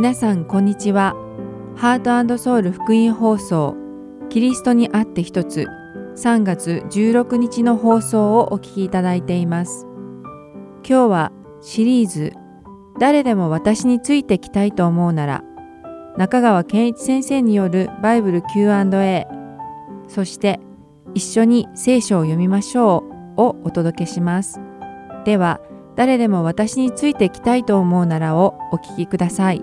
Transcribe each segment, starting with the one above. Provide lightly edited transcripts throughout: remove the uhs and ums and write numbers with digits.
皆さんこんにちは。ハート&ソウル福音放送キリストにあって一つ3月16日の放送をお聞きいただいています。今日はシリーズ誰でも私についてきたいと思うなら、中川健一先生によるバイブル Q&A、 そして一緒に聖書を読みましょうをお届けします。では、誰でも私についてきたいと思うならをお聞きください。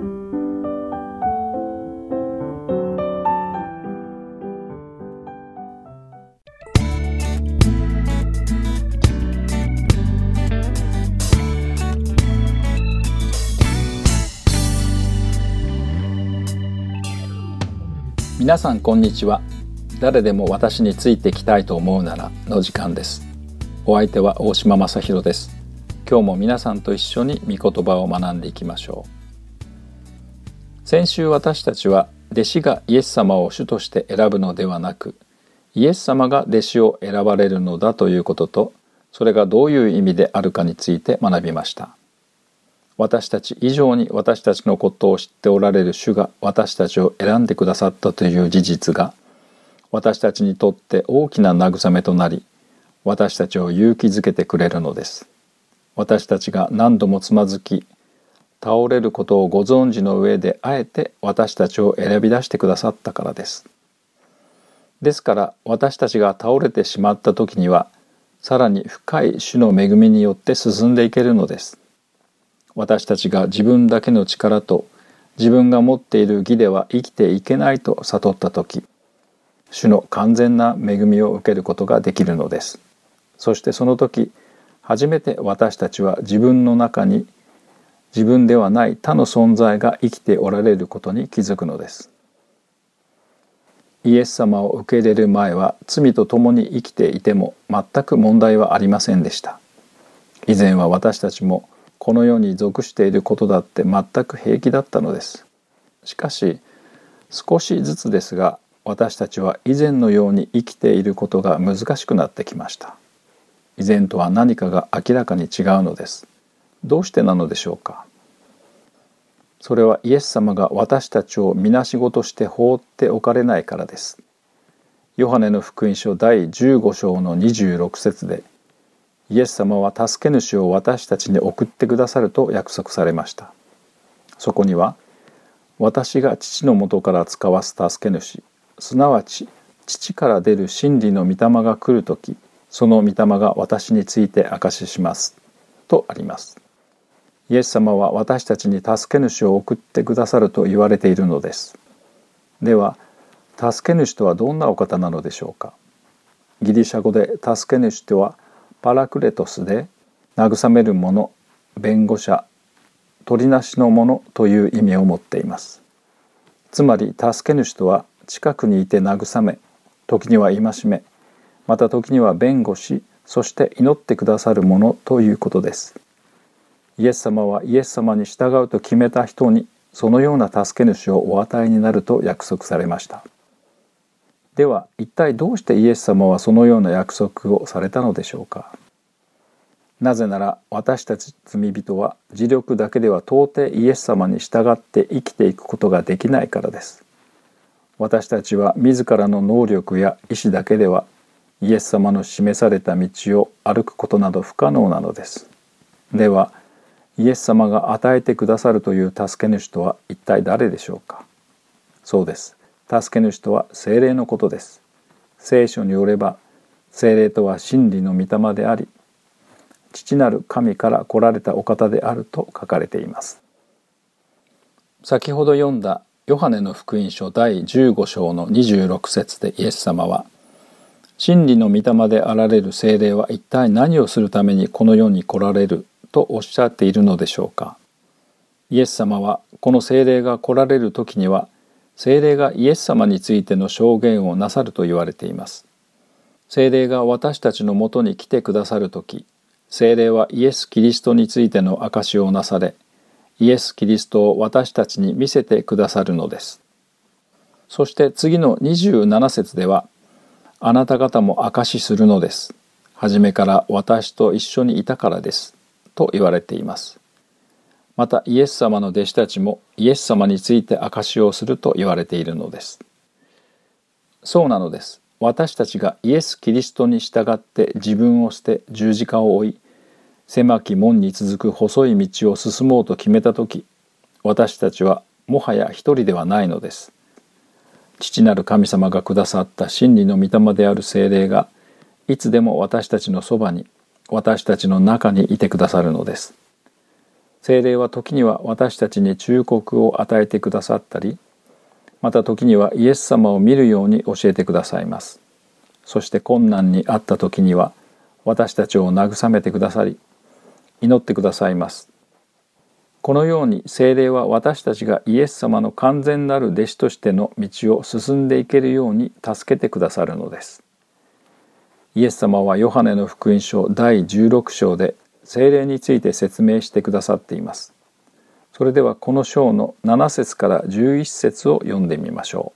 皆さんこんにちは。誰でも私についてきたいと思うならの時間です。お相手は大島正弘です。今日も皆さんと一緒に御言葉を学んでいきましょう。先週私たちは弟子がイエス様を主として選ぶのではなく、イエス様が弟子を選ばれるのだということと、それがどういう意味であるかについて学びました。私たち以上に私たちのことを知っておられる主が私たちを選んでくださったという事実が、私たちにとって大きな慰めとなり、私たちを勇気づけてくれるのです。私たちが何度もつまずき、倒れることをご存知の上であえて私たちを選び出してくださったからです。ですから私たちが倒れてしまった時には、さらに深い主の恵みによって進んでいけるのです。私たちが自分だけの力と自分が持っている義では生きていけないと悟ったとき、主の完全な恵みを受けることができるのです。そしてその時、初めて私たちは自分の中に自分ではない他の存在が生きておられることに気づくのです。イエス様を受け入れる前は罪と共に生きていても全く問題はありませんでした。以前は私たちもこの世に属していることだって全く平気だったのです。しかし少しずつですが、私たちは以前のように生きていることが難しくなってきました。以前とは何かが明らかに違うのです。どうしてなのでしょうか。それはイエス様が私たちをみなしごとして放っておかれないからです。ヨハネの福音書第15章の26節で、イエス様は助け主を私たちに送ってくださると約束されました。そこには、私が父のもとから使わす助け主、すなわち父から出る真理の御霊が来るとき、その御霊が私について証ししますとあります。イエス様は私たちに助け主を送ってくださると言われているのです。では、助け主とはどんなお方なのでしょうか。ギリシャ語で助け主とはパラクレトスで、慰める者、弁護者、取りなしの者という意味を持っています。つまり助け主とは近くにいて慰め、時には戒め、また時には弁護し、そして祈ってくださる者ということです。イエス様はイエス様に従うと決めた人にそのような助け主をお与えになると約束されました。では一体どうしてイエス様はそのような約束をされたのでしょうか。なぜなら私たち罪人は自力だけでは到底イエス様に従って生きていくことができないからです。私たちは自らの能力や意志だけではイエス様の示された道を歩くことなど不可能なのです。ではイエス様が与えてくださるという助け主とは一体誰でしょうか。そうです。助け主とは聖霊のことです。聖書によれば、聖霊とは真理の御霊であり、父なる神から来られたお方であると書かれています。先ほど読んだヨハネの福音書第15章の26節でイエス様は、真理の御霊であられる聖霊は一体何をするためにこの世に来られるとおっしゃっているのでしょうか。イエス様はこの聖霊が来られる時には、聖霊がイエス様についての証言をなさると言われています。聖霊が私たちのもとに来てくださるとき、聖霊はイエス・キリストについての証しをなされ、イエス・キリストを私たちに見せてくださるのです。そして次の27節では、あなた方も証しするのです。初めから私と一緒にいたからです。と言われています。 またイエス様の弟子たちもイエス様について証しをすると言われているのです。そうなのです。私たちがイエス・キリストに従って自分を捨て十字架を追い、狭き門に続く細い道を進もうと決めたとき、私たちはもはや一人ではないのです。父なる神様がくださった真理の御霊である聖霊が、いつでも私たちのそばに、私たちの中にいてくださるのです。聖霊は時には私たちに忠告を与えてくださったり、また時にはイエス様を見るように教えてくださいます。そして困難にあった時には私たちを慰めてくださり、祈ってくださいます。このように聖霊は私たちがイエス様の完全なる弟子としての道を進んでいけるように助けてくださるのです。イエス様はヨハネの福音書第16章で聖霊について説明してくださっています。それではこの章の7節から11節を読んでみましょ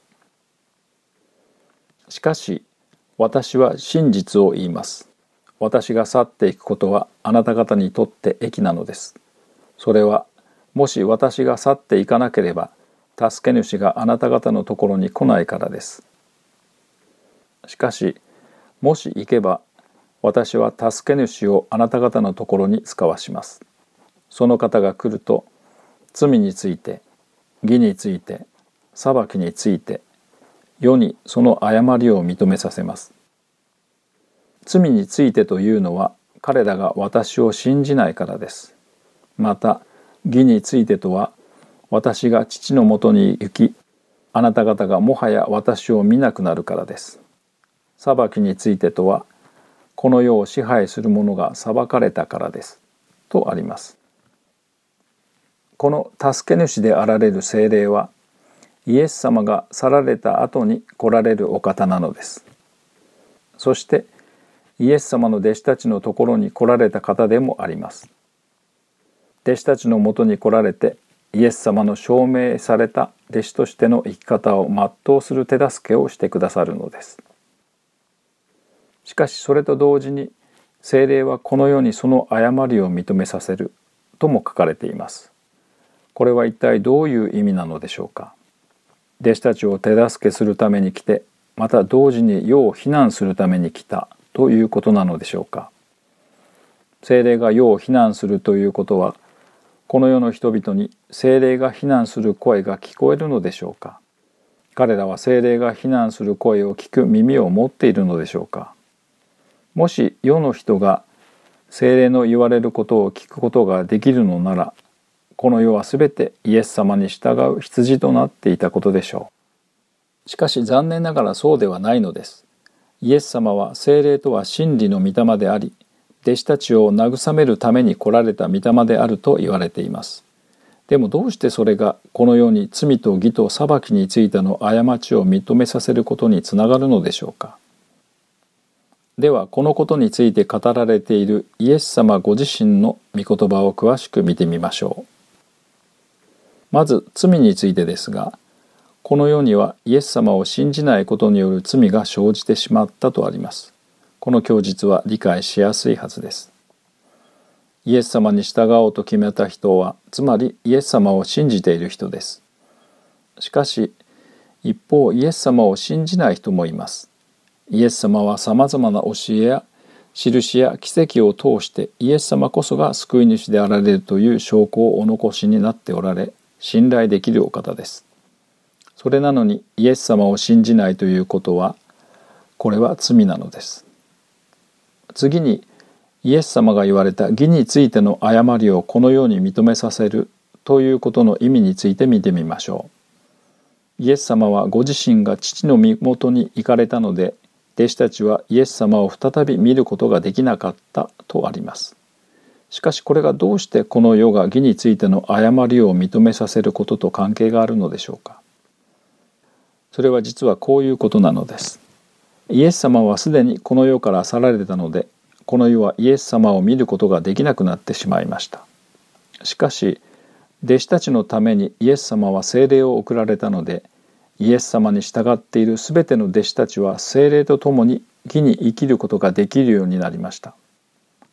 う。しかし私は真実を言います。私が去っていくことはあなた方にとって益なのです。それはもし私が去っていかなければ助け主があなた方のところに来ないからです。しかしもし行けば私は助け主をあなた方のところに使わします。その方が来ると、罪について、義について、裁きについて、世にその誤りを認めさせます。罪についてというのは、彼らが私を信じないからです。また、義についてとは、私が父のもとに行き、あなた方がもはや私を見なくなるからです。裁きについてとは、この世を支配する者が裁かれたからです。とあります。この助け主であられる聖霊は、イエス様が去られた後に来られるお方なのです。そして、イエス様の弟子たちのところに来られた方でもあります。弟子たちのもとに来られて、イエス様の証明された弟子としての生き方を全うする手助けをしてくださるのです。しかしそれと同時に聖霊はこの世にその誤りを認めさせるとも書かれています。これは一体どういう意味なのでしょうか。弟子たちを手助けするために来て、また同時に世を非難するために来たということなのでしょうか。聖霊が世を非難するということは、この世の人々に聖霊が非難する声が聞こえるのでしょうか。彼らは聖霊が非難する声を聞く耳を持っているのでしょうか。もし世の人が聖霊の言われることを聞くことができるのなら、この世はすべてイエス様に従う羊となっていたことでしょう。しかし残念ながらそうではないのです。イエス様は聖霊とは真理の御霊であり、弟子たちを慰めるために来られた御霊であると言われています。でもどうしてそれがこの世に罪と義と裁きについての過ちを認めさせることにつながるのでしょうか。ではこのことについて語られているイエス様ご自身の御言葉を詳しく見てみましょう。まず罪についてですが、この世にはイエス様を信じないことによる罪が生じてしまったとあります。この供述は理解しやすいはずです。イエス様に従おうと決めた人は、つまりイエス様を信じている人です。しかし、一方イエス様を信じない人もいます。イエス様はさまざまな教えや印や奇跡を通してイエス様こそが救い主であられるという証拠をお残しになっておられ、信頼できるお方です。それなのにイエス様を信じないということは、これは罪なのです。次にイエス様が言われた義についての誤りをこのように認めさせるということの意味について見てみましょう。イエス様はご自身が父の身元に行かれたので、弟子たちはイエス様を再び見ることができなかったとあります。しかしこれがどうしてこの世が義についての誤りを認めさせることと関係があるのでしょうか。それは実はこういうことなのです。イエス様はすでにこの世から去られたので、この世はイエス様を見ることができなくなってしまいました。しかし、弟子たちのためにイエス様は聖霊を送られたので、イエス様に従っているすべての弟子たちは聖霊とともに義に生きることができるようになりました。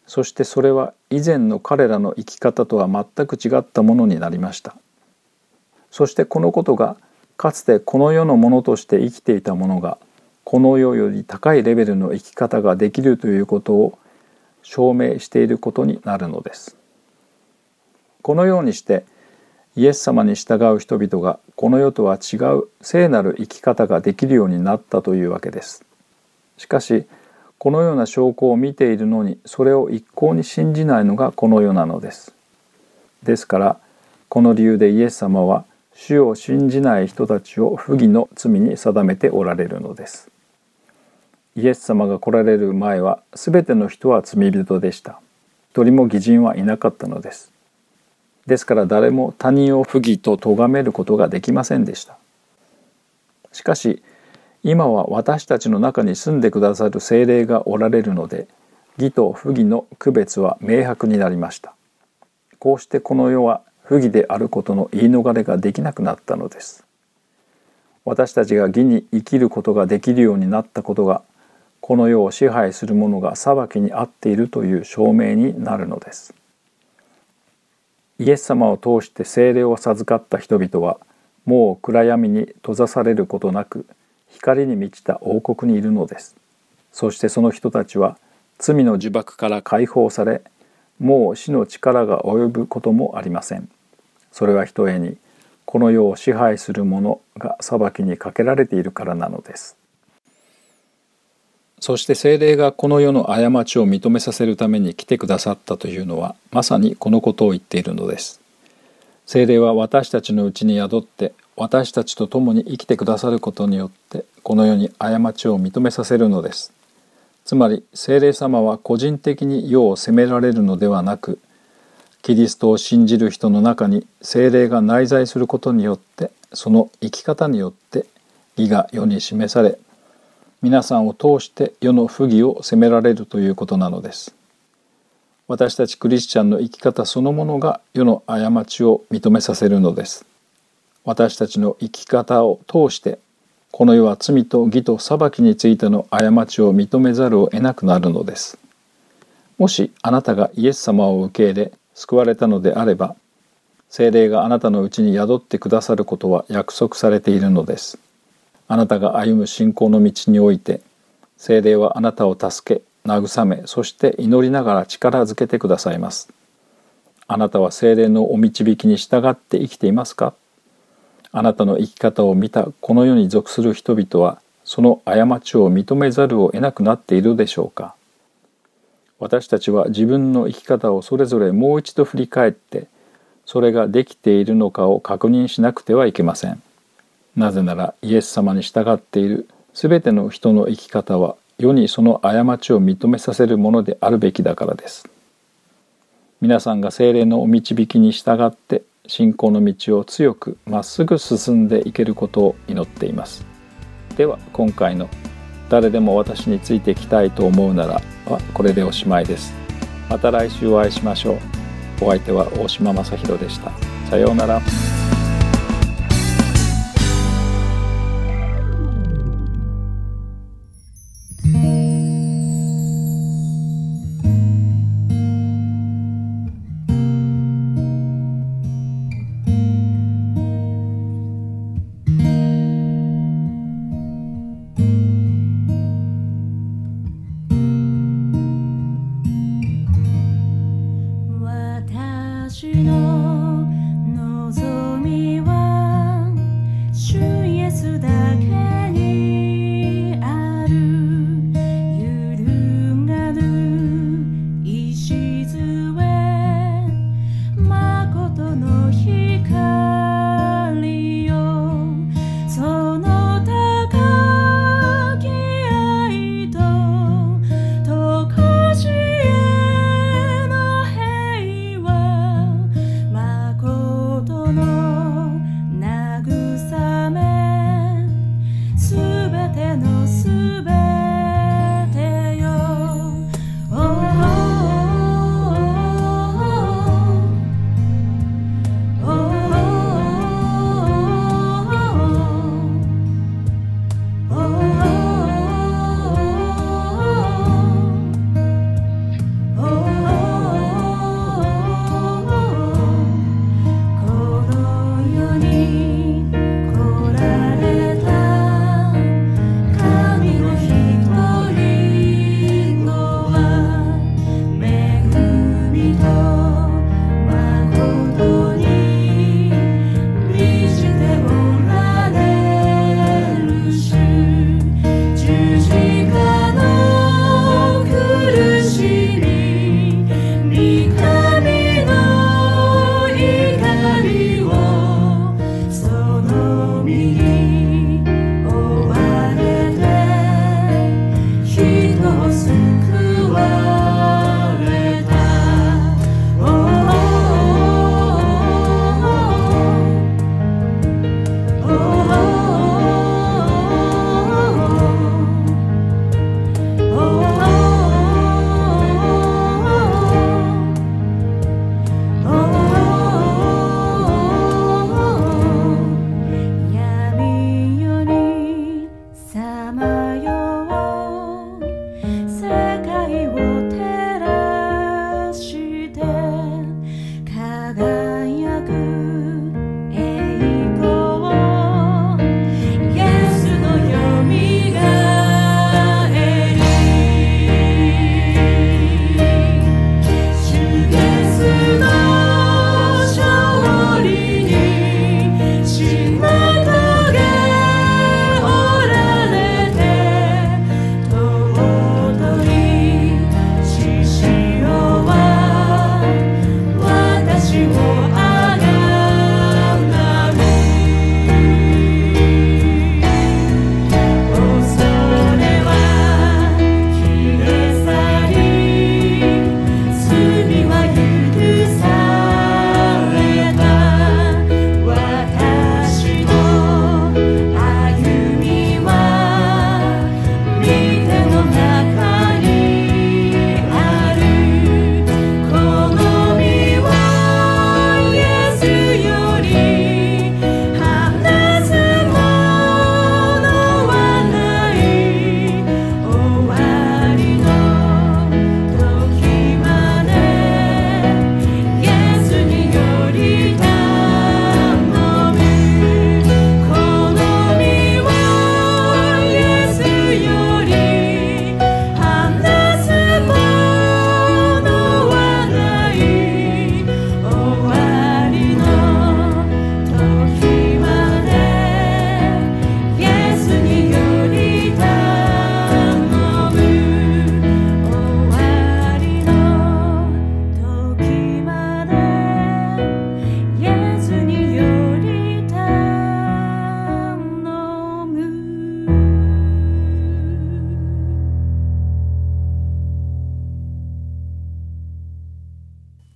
そしてそれは以前の彼らの生き方とは全く違ったものになりました。そしてこのことがかつてこの世のものとして生きていたものがこの世より高いレベルの生き方ができるということを証明していることになるのです。このようにしてイエス様に従う人々がこの世とは違う聖なる生き方ができるようになったというわけです。しかしこのような証拠を見ているのにそれを一向に信じないのがこの世なのです。ですからこの理由でイエス様は主を信じない人たちを不義の罪に定めておられるのです。イエス様が来られる前はすべての人は罪人でした。一人も義人はいなかったのです。ですから誰も他人を不義と咎めることができませんでした。しかし今は私たちの中に住んでくださる聖霊がおられるので義と不義の区別は明白になりました。こうしてこの世は不義であることの言い逃れができなくなったのです。私たちが義に生きることができるようになったことがこの世を支配する者が裁きに遭っているという証明になるのです。イエス様を通して聖霊を授かった人々はもう暗闇に閉ざされることなく光に満ちた王国にいるのです。そしてその人たちは罪の呪縛から解放されもう死の力が及ぶこともありません。それはひとえにこの世を支配する者が裁きにかけられているからなのです。そして聖霊がこの世の過ちを認めさせるために来てくださったというのはまさにこのことを言っているのです。聖霊は私たちのうちに宿って私たちと共に生きてくださることによってこの世に過ちを認めさせるのです。つまり聖霊様は個人的に世を責められるのではなくキリストを信じる人の中に聖霊が内在することによってその生き方によって義が世に示され皆さんを通して世の不義を責められるということなのです。私たちクリスチャンの生き方そのものが世の過ちを認めさせるのです。私たちの生き方を通してこの世は罪と義と裁きについての過ちを認めざるを得なくなるのです。もしあなたがイエス様を受け入れ救われたのであれば聖霊があなたのうちに宿ってくださることは約束されているのです。あなたが歩む信仰の道において聖霊はあなたを助け慰めそして祈りながら力づけてくださいます。あなたは聖霊のお導きに従って生きていますか？あなたの生き方を見たこの世に属する人々はその過ちを認めざるを得なくなっているでしょうか？私たちは自分の生き方をそれぞれもう一度振り返ってそれができているのかを確認しなくてはいけません。なぜならイエス様に従っているすべての人の生き方は世にその過ちを認めさせるものであるべきだからです。皆さんが聖霊のお導きに従って信仰の道を強くまっすぐ進んでいけることを祈っています。では今回の誰でも私についてきたいと思うならはこれでおしまいです。また来週お会いしましょう。お相手は大島正弘でした。さようなら。 私の望みは主イエスだけにある。揺るがぬ礎誠の光よ。その高き愛と常しえの平和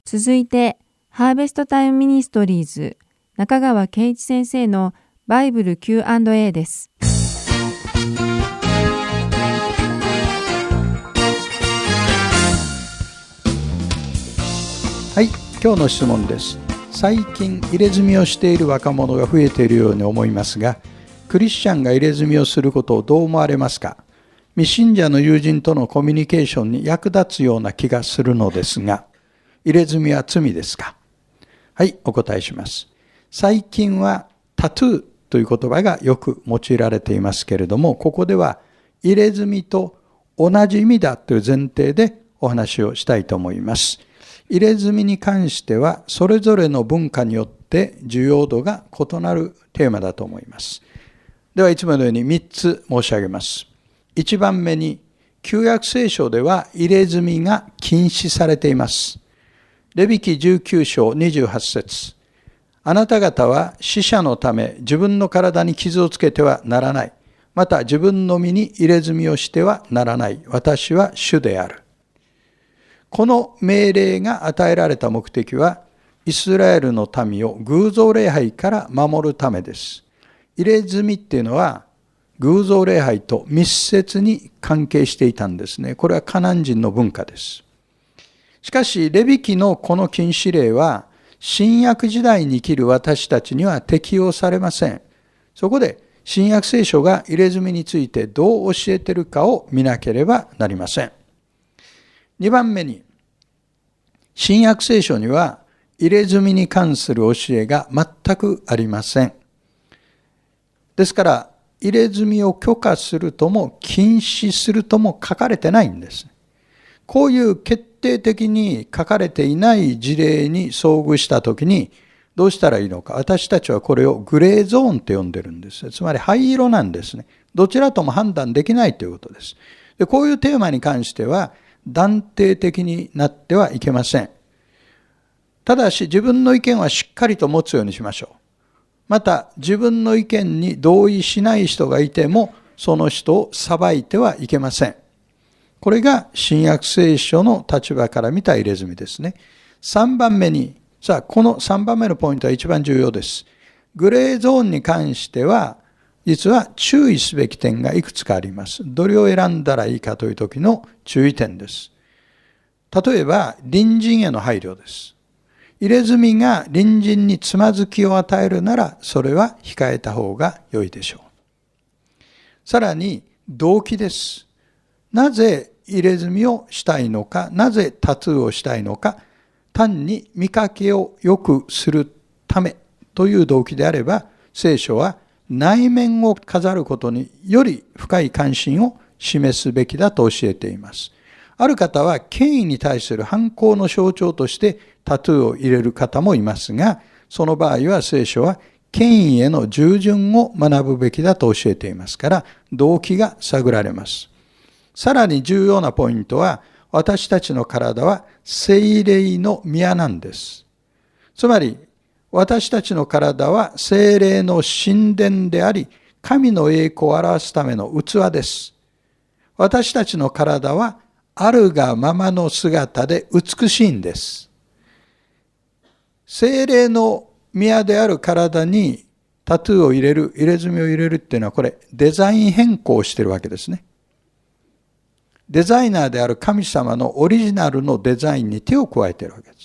続いて、ハーベストタイムミニストリーズ中川圭一先生のバイブル Q&A です。 はい、今日の質問です。最近入れ墨をしている若者が増えているように思いますが、クリスチャンが入れ墨をすることをどう思われますか？未信者の友人とのコミュニケーションに役立つような気がするのですが、入れ墨は罪ですか？はい、お答えします。最近はタトゥーという言葉がよく用いられていますけれども、ここでは入れ墨と同じ意味だという前提でお話をしたいと思います。入れ墨に関してはそれぞれの文化によって重要度が異なるテーマだと思います。ではいつものように3つ申し上げます。1番目に、旧約聖書では入れ墨が禁止されています。レビ記19章28節、あなた方は死者のため自分の体に傷をつけてはならない。また自分の身に入れ墨をしてはならない。私は主である。この命令が与えられた目的は、イスラエルの民を偶像礼拝から守るためです。入れ墨っていうのは偶像礼拝と密接に関係していたんですね。これはカナン人の文化です。しかし、レビ記のこの禁止令は、新約時代に生きる私たちには適用されません。そこで、新約聖書が入れ墨についてどう教えているかを見なければなりません。2番目に、新約聖書には入れ墨に関する教えが全くありません。ですから、入れ墨を許可するとも禁止するとも書かれてないんです。こういう決定的に書かれていない事例に遭遇したときにどうしたらいいのか。私たちはこれをグレーゾーンと呼んでるんです。つまり灰色なんですね。どちらとも判断できないということです。で、こういうテーマに関しては断定的になってはいけません。ただし自分の意見はしっかりと持つようにしましょう。また自分の意見に同意しない人がいてもその人を裁いてはいけません。これが新約聖書の立場から見た入れ墨ですね。3番目に、さあこの3番目のポイントは一番重要です。グレーゾーンに関しては実は注意すべき点がいくつかあります。どれを選んだらいいかという時の注意点です。例えば隣人への配慮です。入れ墨が隣人につまずきを与えるなら、それは控えた方が良いでしょう。さらに、動機です。なぜ入れ墨をしたいのか、なぜタトゥーをしたいのか、単に見かけを良くするためという動機であれば、聖書は内面を飾ることにより深い関心を示すべきだと教えています。ある方は権威に対する反抗の象徴としてタトゥーを入れる方もいますが、その場合は聖書は権威への従順を学ぶべきだと教えていますから、動機が探られます。さらに重要なポイントは、私たちの体は聖霊の宮なんです。つまり、私たちの体は聖霊の神殿であり、神の栄光を表すための器です。私たちの体はあるがままの姿で美しいんです。聖霊の宮である体にタトゥーを入れる、入れ墨を入れるっていうのはこれデザイン変更をしているわけですね。デザイナーである神様のオリジナルのデザインに手を加えているわけです。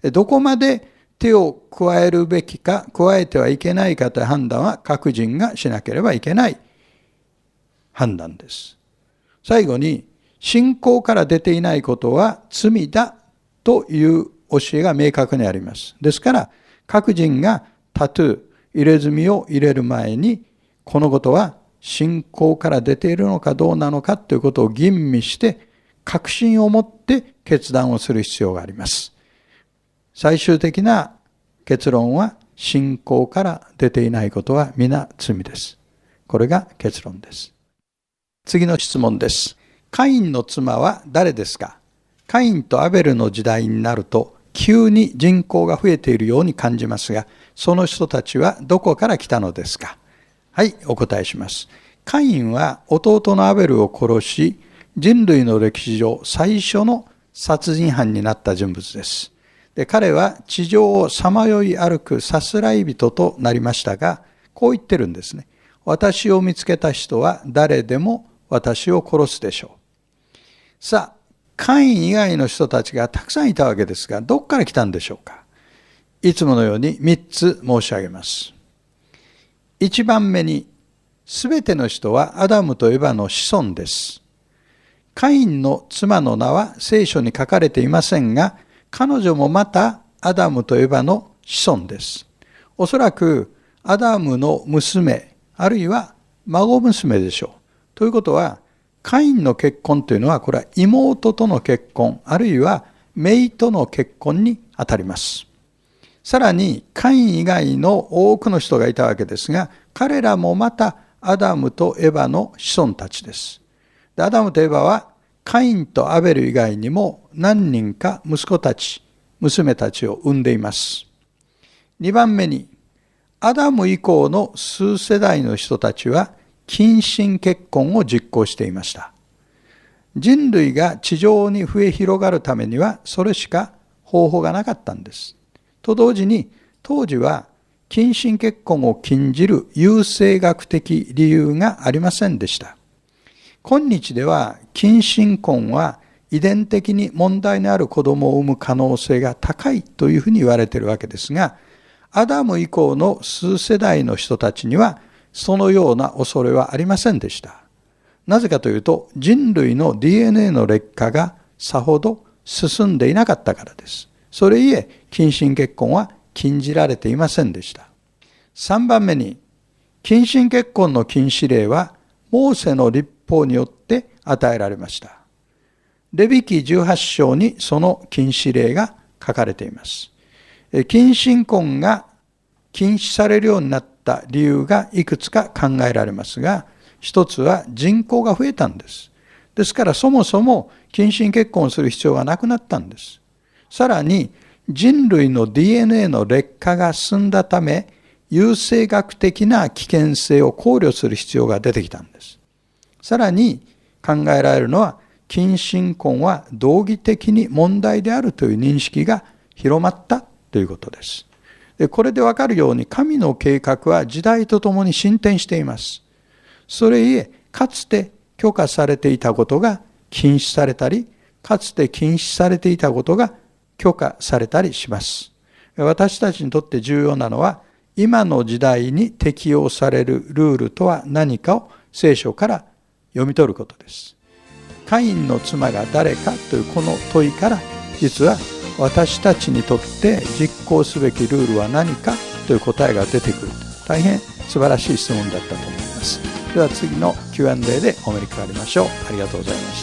どこまで手を加えるべきか、加えてはいけないかという判断は各人がしなければいけない判断です。最後に、信仰から出ていないことは罪だという教えが明確にあります。ですから、各人がタトゥー、入れ墨を入れる前に、このことは信仰から出ているのかどうなのかということを吟味して、確信を持って決断をする必要があります。最終的な結論は、信仰から出ていないことは皆罪です。これが結論です。次の質問です。カインの妻は誰ですか？カインとアベルの時代になると急に人口が増えているように感じますが、その人たちはどこから来たのですか？はい、お答えします。カインは弟のアベルを殺し、人類の歴史上最初の殺人犯になった人物です。 で、彼は地上をさまよい歩くさすらい人となりましたが、こう言ってるんですね。私を見つけた人は誰でも私を殺すでしょう。さあ、カイン以外の人たちがたくさんいたわけですが、どこから来たんでしょうか。いつものように3つ申し上げます。1番目に、すべての人はアダムとエバの子孫です。カインの妻の名は聖書に書かれていませんが、彼女もまたアダムとエバの子孫です。おそらくアダムの娘、あるいは孫娘でしょう。ということは、カインの結婚というのは、これは妹との結婚、あるいは姪との結婚にあたります。さらに、カイン以外の多くの人がいたわけですが、彼らもまたアダムとエバの子孫たちです。で、アダムとエバは、カインとアベル以外にも何人か息子たち、娘たちを産んでいます。2番目に、アダム以降の数世代の人たちは近親結婚を実行していました。人類が地上に増え広がるためにはそれしか方法がなかったんです。と同時に、当時は近親結婚を禁じる優生学的理由がありませんでした。今日では近親婚は遺伝的に問題のある子供を産む可能性が高いというふうに言われているわけですが、アダム以降の数世代の人たちにはそのような恐れはありませんでした。なぜかというと、人類の DNA の劣化がさほど進んでいなかったからです。それゆえ近親結婚は禁じられていませんでした。3番目に、近親結婚の禁止令はモーセの律法によって与えられました。レビ記18章にその禁止令が書かれています。近親婚が禁止されるようになった理由がいくつか考えられますが、一つは人口が増えたんです。ですからそもそも近親結婚する必要がなくなったんです。さらに人類の DNA の劣化が進んだため、優生学的な危険性を考慮する必要が出てきたんです。さらに考えられるのは、近親婚は道義的に問題であるという認識が広まったということです。で、これでわかるように、神の計画は時代とともに進展しています。それゆえ、かつて許可されていたことが禁止されたり、かつて禁止されていたことが許可されたりします。私たちにとって重要なのは、今の時代に適用されるルールとは何かを聖書から読み取ることです。カインの妻が誰かというこの問いから、実は私たちにとって実行すべきルールは何かという答えが出てくる。大変素晴らしい質問だったと思います。では次の Q&A でお目にかかりましょう。ありがとうございました。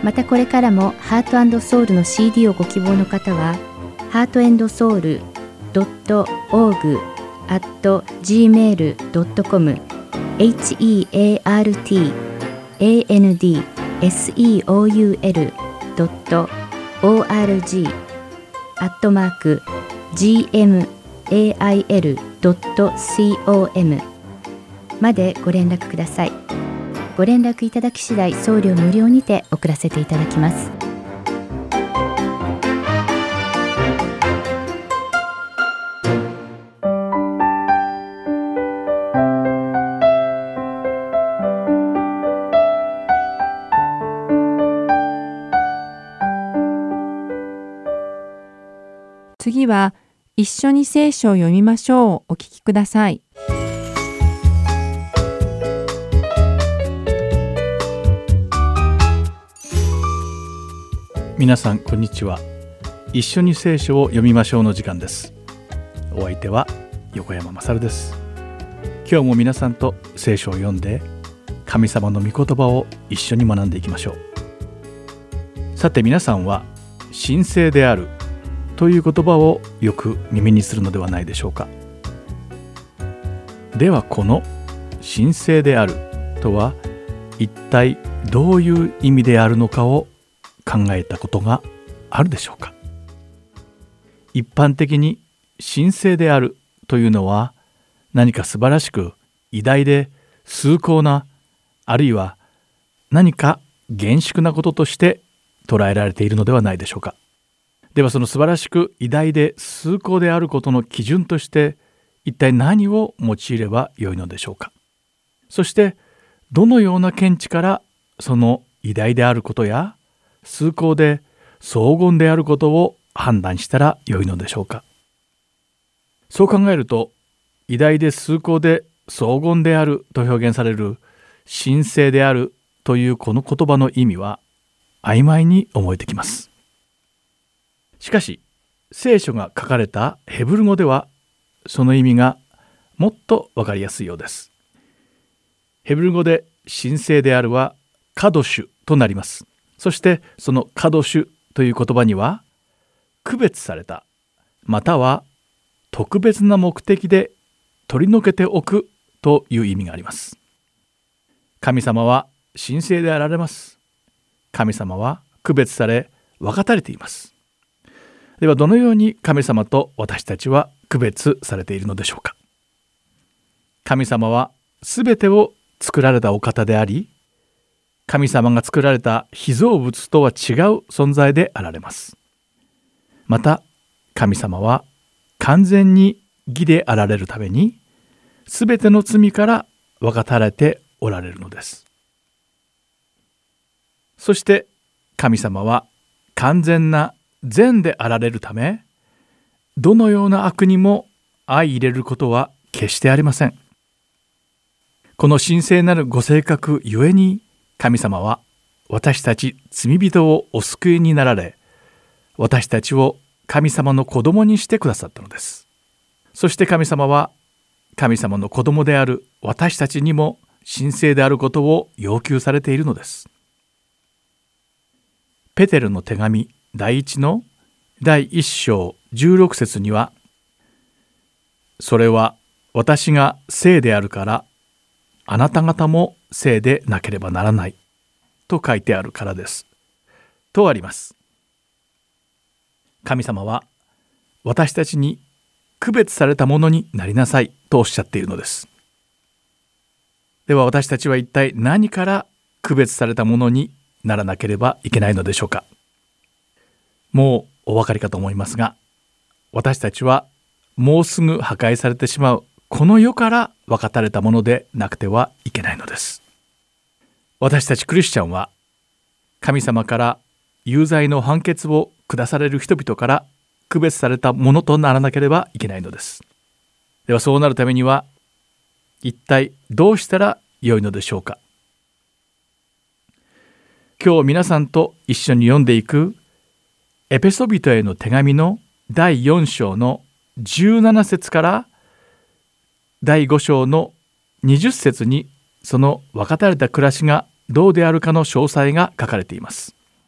またこれからもハート&ソウルの CD をご希望の方は、heartandsoul.org@gmail.com heartandseoul.org@gmail.com までご連絡ください。ご連絡いただき次第、送料無料にて送らせていただきます。 次は一緒に聖書を読みましょうをお聞きください。 皆さんこんにちは。一緒に聖書を読みましょうの時間です。お相手は横山勝です。今日も皆さんと聖書を読んで神様の御言葉を一緒に学んでいきましょう。さて皆さんは神聖であるという言葉をよく耳にするのではないでしょうか。ではこの神聖であるとは一体どういう意味であるのかを考えたことがあるでしょうか。一般的に神聖であるというのは何か素晴らしく偉大で崇高な、あるいは何か厳粛なこととして捉えられているのではないでしょうか。ではその素晴らしく偉大で崇高であることの基準として一体何を用いればよいのでしょうか。そしてどのような見地からその偉大であることや崇高で荘厳であることを判断したらよいのでしょうか。そう考えると、偉大で崇高で荘厳であると表現される神聖であるというこの言葉の意味は曖昧に思えてきます。しかし聖書が書かれたヘブル語ではその意味がもっとわかりやすいようです。ヘブル語で神聖であるはカドシュとなります。そしてそのカドシュという言葉には区別された、または特別な目的で取り除けておくという意味があります。神様は神聖であられます。神様は区別され分かたれています。ではどのように神様と私たちは区別されているのでしょうか。神様はすべてを作られたお方であり、神様が作られた被造物とは違う存在であられます。また神様は完全に義であられるためにすべての罪から分かたれておられるのです。そして神様は完全な善であられるため、どのような悪にも相入れることは決してありません。この神聖なるご性格ゆえに、神様は私たち罪人をお救いになられ、私たちを神様の子供にしてくださったのです。そして神様は神様の子供である私たちにも神聖であることを要求されているのです。ペテルの手紙第1の第1章16節には、それは私が聖であるからあなた方も聖でなければならないと書いてあるからですとあります。神様は私たちに区別されたものになりなさいとおっしゃっているのです。では私たちは一体何から区別されたものにならなければいけないのでしょうか。もうお分かりかと思いますが、私たちはもうすぐ破壊されてしまうこの世から分かたれたものでなくてはいけないのです。私たちクリスチャンは神様から有罪の判決を下される人々から区別されたものとならなければいけないのです。ではそうなるためには一体どうしたらよいのでしょうか。今日皆さんと一緒に読んでいくエペソビトへの手紙の第4章の17節から第5章の20節にその分かたれた暮らしがどうであるかの詳細が書かれています。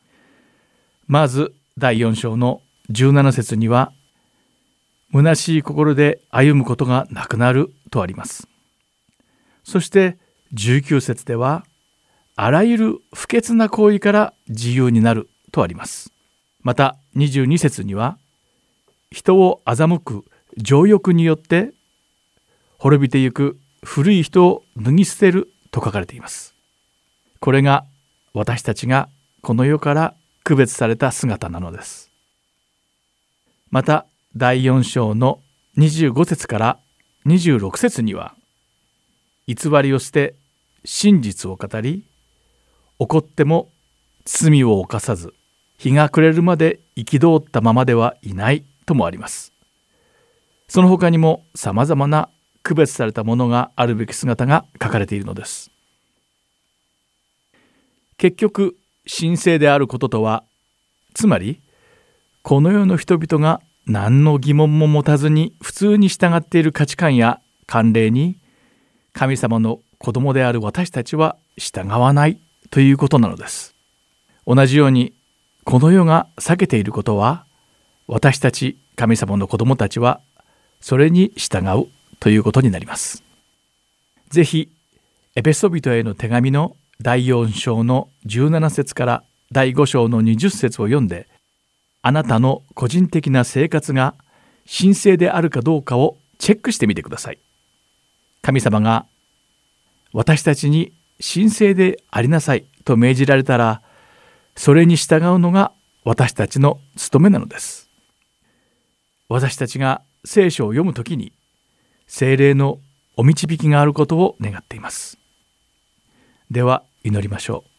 まず第4章の17節には、虚しい心で歩むことがなくなるとあります。そして19節では、あらゆる不潔な行為から自由になるとあります。また22節には、人を欺く情欲によって滅びてゆく古い人を脱ぎ捨てると書かれています。これが私たちがこの世から区別された姿なのです。また第4章の25節から26節には、偽りを捨て真実を語り、怒っても罪を犯さず、日が暮れるまで憤ったままではいないともあります。その他にもさまざまな区別されたものがあるべき姿が書かれているのです。結局、神聖であることとは、つまりこの世の人々が何の疑問も持たずに普通に従っている価値観や慣例に、神様の子供である私たちは従わないということなのです。同じように、この世が避けていることは、私たち神様の子供たちはそれに従うということになります。ぜひエペソビトへの手紙の第4章の17節から第5章の20節を読んで、あなたの個人的な生活が神聖であるかどうかをチェックしてみてください。神様が私たちに神聖でありなさいと命じられたら、それに従うのが私たちの務めなのです。私たちが聖書を読むときに、聖霊のお導きがあることを願っています。では祈りましょう。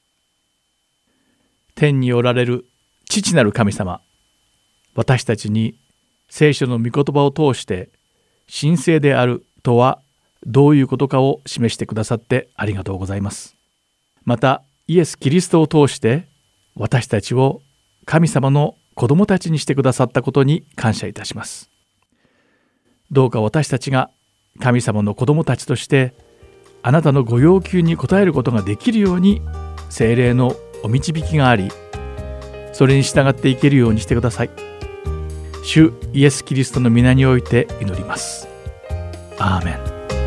天におられる父なる神様、私たちに聖書の御言葉を通して神聖であるとはどういうことかを示してくださってありがとうございます。またイエス・キリストを通して私たちを神様の子供たちにしてくださったことに感謝いたします。どうか私たちが神様の子供たちとしてあなたのご要求に応えることができるように、聖霊のお導きがあり、それに従っていけるようにしてください。主イエス・キリストの皆において祈ります。アーメン。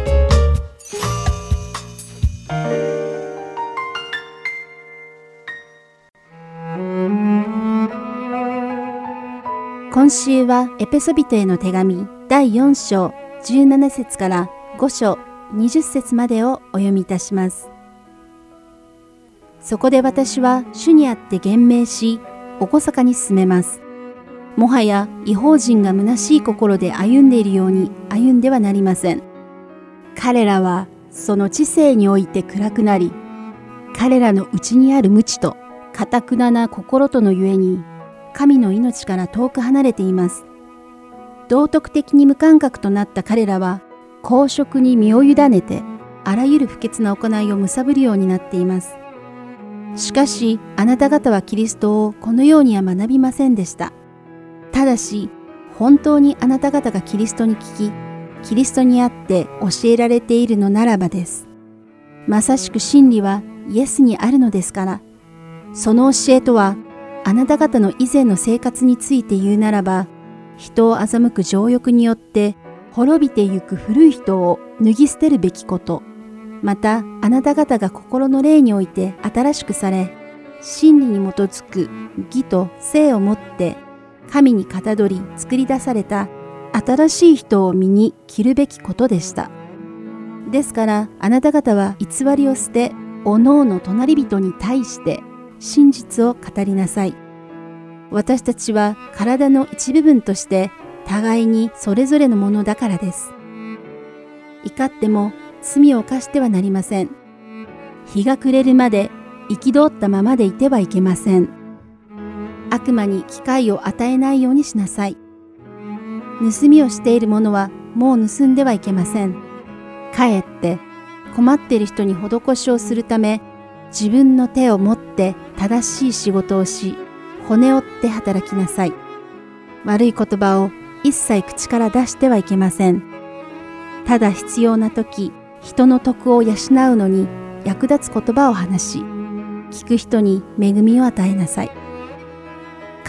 今週はエペソビトへの手紙第4章17節から5章20節までをお読みいたします。そこで私は主にあって厳命し、厳かに進めます。もはや異邦人が虚しい心で歩んでいるように歩んではなりません。彼らはその知性において暗くなり、彼らの内にある無知と堅くなな心とのゆえに、神の命から遠く離れています。道徳的に無感覚となった彼らは、公職に身を委ねて、あらゆる不潔な行いを貪るようになっています。しかし、あなた方はキリストをこのようには学びませんでした。ただし、本当にあなた方がキリストに聞き、キリストにあって教えられているのならばです。まさしく真理はイエスにあるのですから、その教えとは、あなた方の以前の生活について言うならば、人を欺く情欲によって滅びてゆく古い人を脱ぎ捨てるべきこと、またあなた方が心の霊において新しくされ、真理に基づく義と聖をもって神にかたどり作り出された新しい人を身に着るべきことでした。ですからあなた方は偽りを捨て、おのおの隣人に対して真実を語りなさい。私たちは体の一部分として互いにそれぞれのものだからです。怒っても罪を犯してはなりません。日が暮れるまで憤ったままでいてはいけません。悪魔に機会を与えないようにしなさい。盗みをしている者はもう盗んではいけません。かえって困っている人に施しをするため、自分の手を持って正しい仕事をし、骨折って働きなさい。悪い言葉を一切口から出してはいけません。ただ必要な時、人の徳を養うのに役立つ言葉を話し、聞く人に恵みを与えなさい。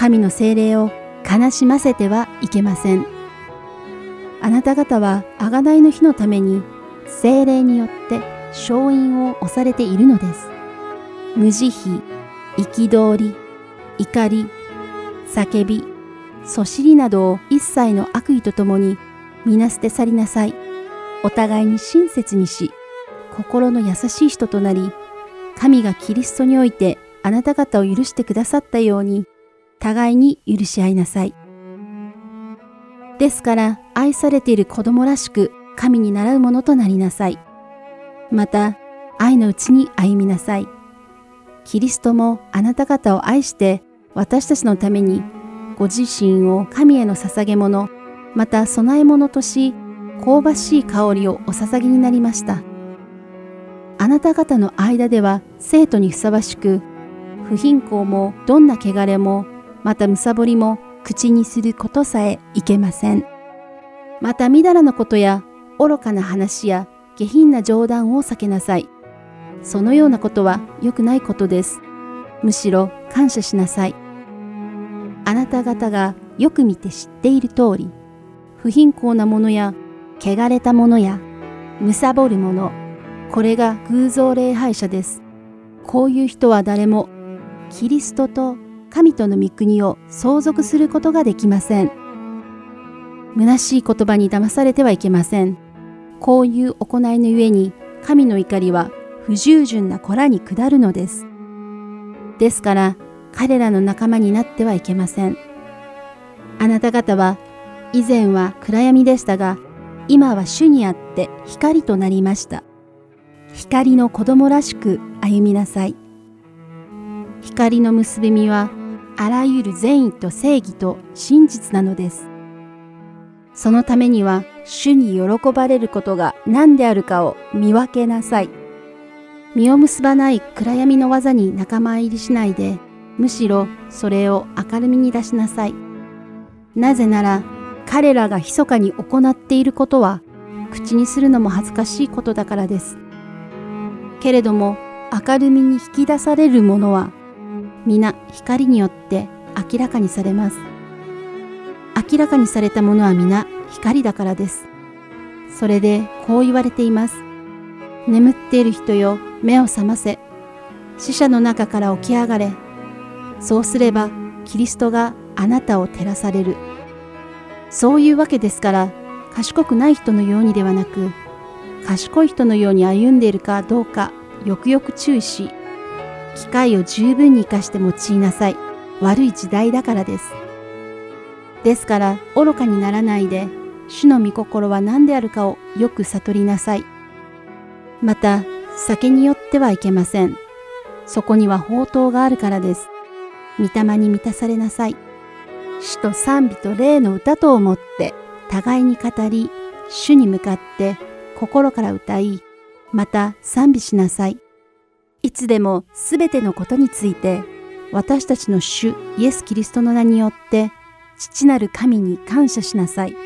神の聖霊を悲しませてはいけません。あなた方は贖いの日のために聖霊によって勝因を押されているのです。無慈悲、憤り、怒り、叫び、そしりなどを一切の悪意とともに皆捨て去りなさい。お互いに親切にし、心の優しい人となり、神がキリストにおいてあなた方を許してくださったように、互いに許し合いなさい。ですから愛されている子供らしく神に倣うものとなりなさい。また愛のうちに歩みなさい。キリストもあなた方を愛して私たちのためにご自身を神への捧げ物、また供え物とし、香ばしい香りをお捧げになりました。あなた方の間では生徒にふさわしく、不貧困もどんな汚れも、またむさぼりも口にすることさえいけません。またみだらなことや愚かな話や下品な冗談を避けなさい。そのようなことは良くないことです。むしろ感謝しなさい。あなた方がよく見て知っている通り、不貧困なものや汚れたものやむさぼるもの、これが偶像礼拝者です。こういう人は誰もキリストと神との御国を相続することができません。虚しい言葉に騙されてはいけません。こういう行いのゆえに神の怒りは不従順な子らに下るのです。ですから彼らの仲間になってはいけません。あなた方は以前は暗闇でしたが、今は主にあって光となりました。光の子供らしく歩みなさい。光の結び目はあらゆる善意と正義と真実なのです。そのためには主に喜ばれることが何であるかを見分けなさい。実を結ばない暗闇の技に仲間入りしないで、むしろそれを明るみに出しなさい。なぜなら彼らが密かに行っていることは口にするのも恥ずかしいことだからです。けれども明るみに引き出されるものは皆光によって明らかにされます。明らかにされたものは皆光だからです。それでこう言われています。眠っている人よ、目を覚ませ。死者の中から起き上がれ。そうすればキリストがあなたを照らされる。そういうわけですから、賢くない人のようにではなく、賢い人のように歩んでいるかどうかよくよく注意し、機会を十分に生かして用いなさい。悪い時代だからです。ですから愚かにならないで、主の御心は何であるかをよく悟りなさい。また酒によってはいけません。そこには法灯があるからです。御霊に満たされなさい。詩と賛美と霊の歌とをもって互いに語り、主に向かって心から歌い、また賛美しなさい。いつでもすべてのことについて、私たちの主イエス・キリストの名によって父なる神に感謝しなさい。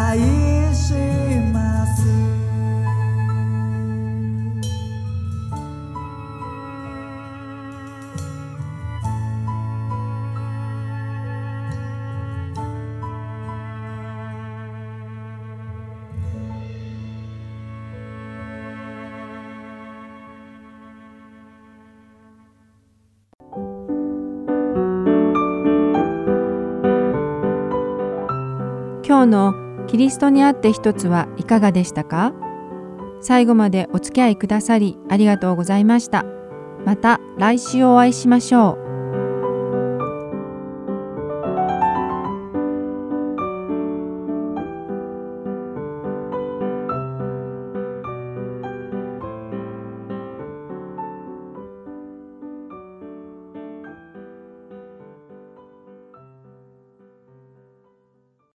愛します。 今日のキリストにあって一つはいかがでしたか？最後までお付き合いくださりありがとうございました。また来週お会いしましょう。